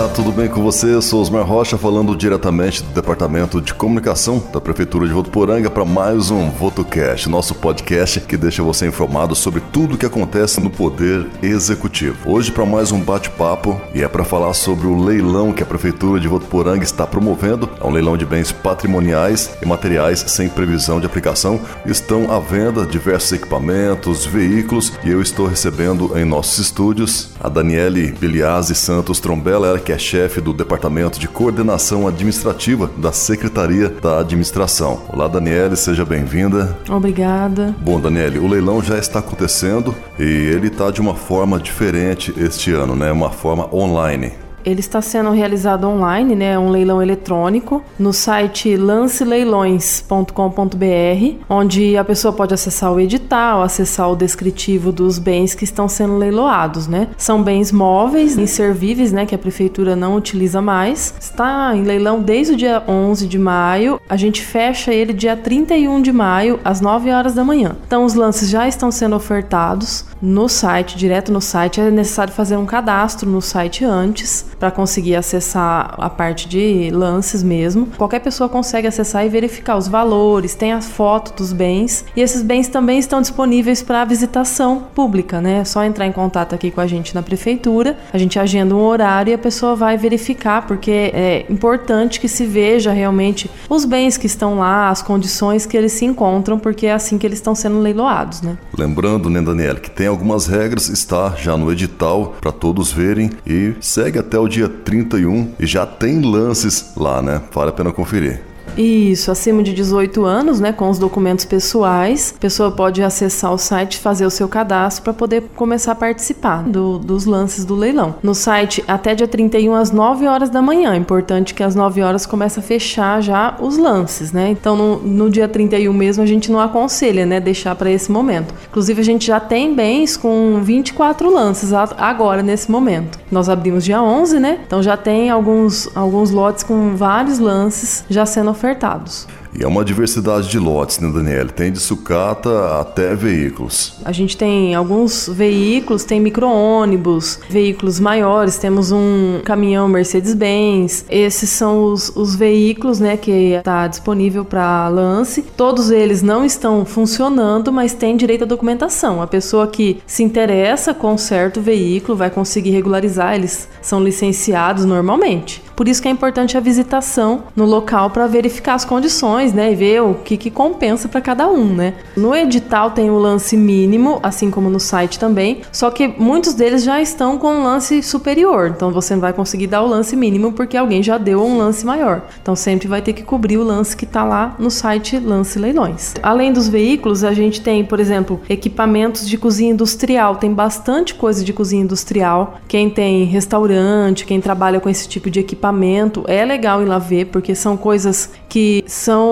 tudo bem com você? Eu sou Osmar Rocha, falando diretamente do Departamento de Comunicação da Prefeitura de Votuporanga para mais um VotoCast, nosso podcast que deixa você informado sobre tudo o que acontece no Poder Executivo. Hoje para mais um bate-papo e é para falar sobre o leilão que a Prefeitura de Votuporanga está promovendo. É um leilão de bens patrimoniais e materiais sem previsão de aplicação. Estão à venda diversos equipamentos, veículos e eu estou recebendo em nossos estúdios a Daniele Biliazzi Santos Trombella, ela que é chefe do Departamento de Coordenação Administrativa da Secretaria da Administração. Olá, Daniele, seja bem-vinda. Obrigada. Bom, Daniele, o leilão já está acontecendo e ele está de uma forma diferente este ano, né? Uma forma online. Ele está sendo realizado online, né? Um leilão eletrônico no site lanceleilões.com.br, onde a pessoa pode acessar o edital, acessar o descritivo dos bens que estão sendo leiloados, né? São bens móveis, inservíveis, né? Que a prefeitura não utiliza mais. Está em leilão desde o dia 11 de maio. A gente fecha ele dia 31 de maio, às 9 horas da manhã. Então, os lances já estão sendo ofertados no site, direto no site. É necessário fazer um cadastro no site antes, para conseguir acessar a parte de lances mesmo. Qualquer pessoa consegue acessar e verificar os valores, tem a foto dos bens, e esses bens também estão disponíveis para visitação pública, né? É só entrar em contato aqui com a gente na prefeitura, a gente agenda um horário e a pessoa vai verificar, porque é importante que se veja realmente os bens que estão lá, as condições que eles se encontram, porque é assim que eles estão sendo leiloados, né? Lembrando, né, Daniela, que tem algumas regras, está já no edital para todos verem e segue até o dia 31 e já tem lances lá, né? Vale a pena conferir. Isso, acima de 18 anos, né, com os documentos pessoais, a pessoa pode acessar o site, fazer o seu cadastro para poder começar a participar dos lances do leilão. No site, até dia 31 às 9 horas da manhã. É importante que às 9 horas comece a fechar já os lances, né? Então, no dia 31 mesmo, a gente não aconselha, né, deixar para esse momento. Inclusive, a gente já tem bens com 24 lances agora, nesse momento. Nós abrimos dia 11, né? Então, já tem alguns lotes com vários lances já sendo ofertados. E é uma diversidade de lotes, né, Daniela? Tem de sucata até veículos. A gente tem alguns veículos, tem micro-ônibus, veículos maiores, temos um caminhão Mercedes-Benz. Esses são os veículos, né, que está disponível para lance. Todos eles não estão funcionando, mas tem direito à documentação. A pessoa que se interessa com certo veículo vai conseguir regularizar, eles são licenciados normalmente. Por isso que é importante a visitação no local para verificar as condições, né, e ver o que compensa para cada um, né. No edital tem o lance mínimo, assim como no site também, só que muitos deles já estão com um lance superior, então você não vai conseguir dar o lance mínimo porque alguém já deu um lance maior. Então sempre vai ter que cobrir o lance que está lá no site Lance Leilões. Além dos veículos, a gente tem, por exemplo, equipamentos de cozinha industrial, tem bastante coisa de cozinha industrial. Quem tem restaurante, quem trabalha com esse tipo de equipamento, é legal ir lá ver, porque são coisas que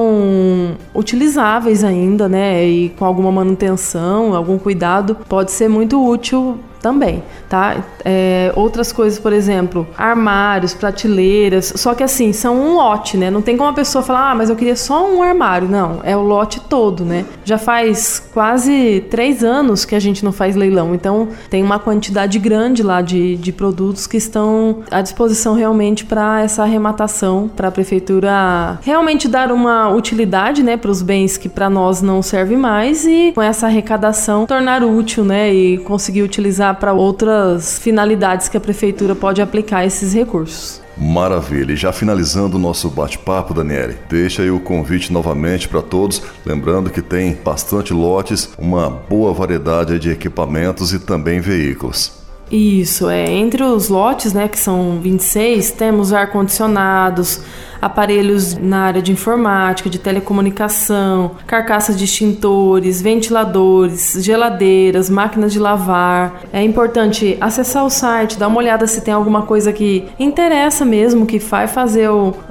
são utilizáveis ainda, né? E com alguma manutenção, algum cuidado, pode ser muito útil também, tá? Outras coisas, por exemplo, armários, prateleiras, só que assim, são um lote, né? Não tem como a pessoa falar, mas eu queria só um armário. Não, é o lote todo, né? Já faz quase 3 anos que a gente não faz leilão, então tem uma quantidade grande lá de produtos que estão à disposição realmente para essa arrematação, para a prefeitura realmente dar uma utilidade, né, para os bens que para nós não servem mais e com essa arrecadação tornar útil, né, e conseguir utilizar para outras finalidades que a prefeitura pode aplicar esses recursos. Maravilha. E já finalizando o nosso bate-papo, Daniele, deixa aí o convite novamente para todos, lembrando que tem bastante lotes, uma boa variedade de equipamentos e também veículos. Isso, entre os lotes, né, que são 26, temos ar-condicionados, aparelhos na área de informática, de telecomunicação, carcaças de extintores, ventiladores, geladeiras, máquinas de lavar. É importante acessar o site, dar uma olhada se tem alguma coisa que interessa mesmo, que vai fazer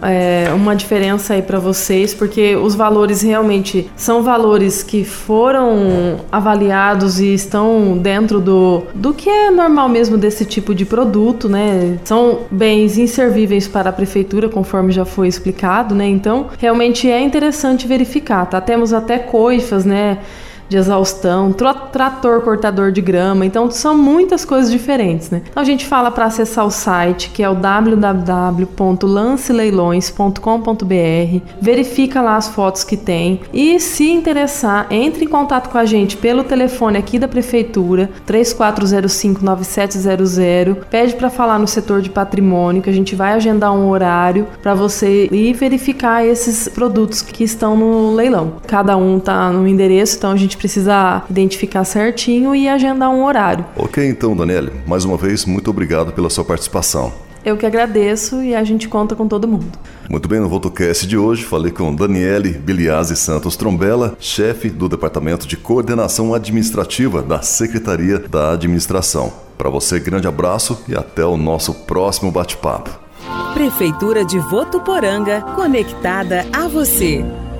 uma diferença aí para vocês, porque os valores realmente são valores que foram avaliados e estão dentro do que é normal mesmo desse tipo de produto, né? São bens inservíveis para a prefeitura, conforme já foi explicado, né? Então, realmente é interessante verificar, tá? Temos até coifas, né? de exaustão, trator cortador de grama. Então são muitas coisas diferentes, né? Então a gente fala para acessar o site, que é o www.lanceleilões.com.br, verifica lá as fotos que tem e, se interessar, entre em contato com a gente pelo telefone aqui da Prefeitura, 3405-9700, pede para falar no setor de patrimônio, que a gente vai agendar um horário para você ir verificar esses produtos que estão no leilão. Cada um está no endereço, então a gente precisa identificar certinho e agendar um horário. Ok, então, Daniele, mais uma vez, muito obrigado pela sua participação. Eu que agradeço e a gente conta com todo mundo. Muito bem, no VotoCast de hoje falei com Daniele Biliazzi Santos Trombella, chefe do Departamento de Coordenação Administrativa da Secretaria da Administração. Para você, grande abraço e até o nosso próximo bate-papo. Prefeitura de Votuporanga, conectada a você.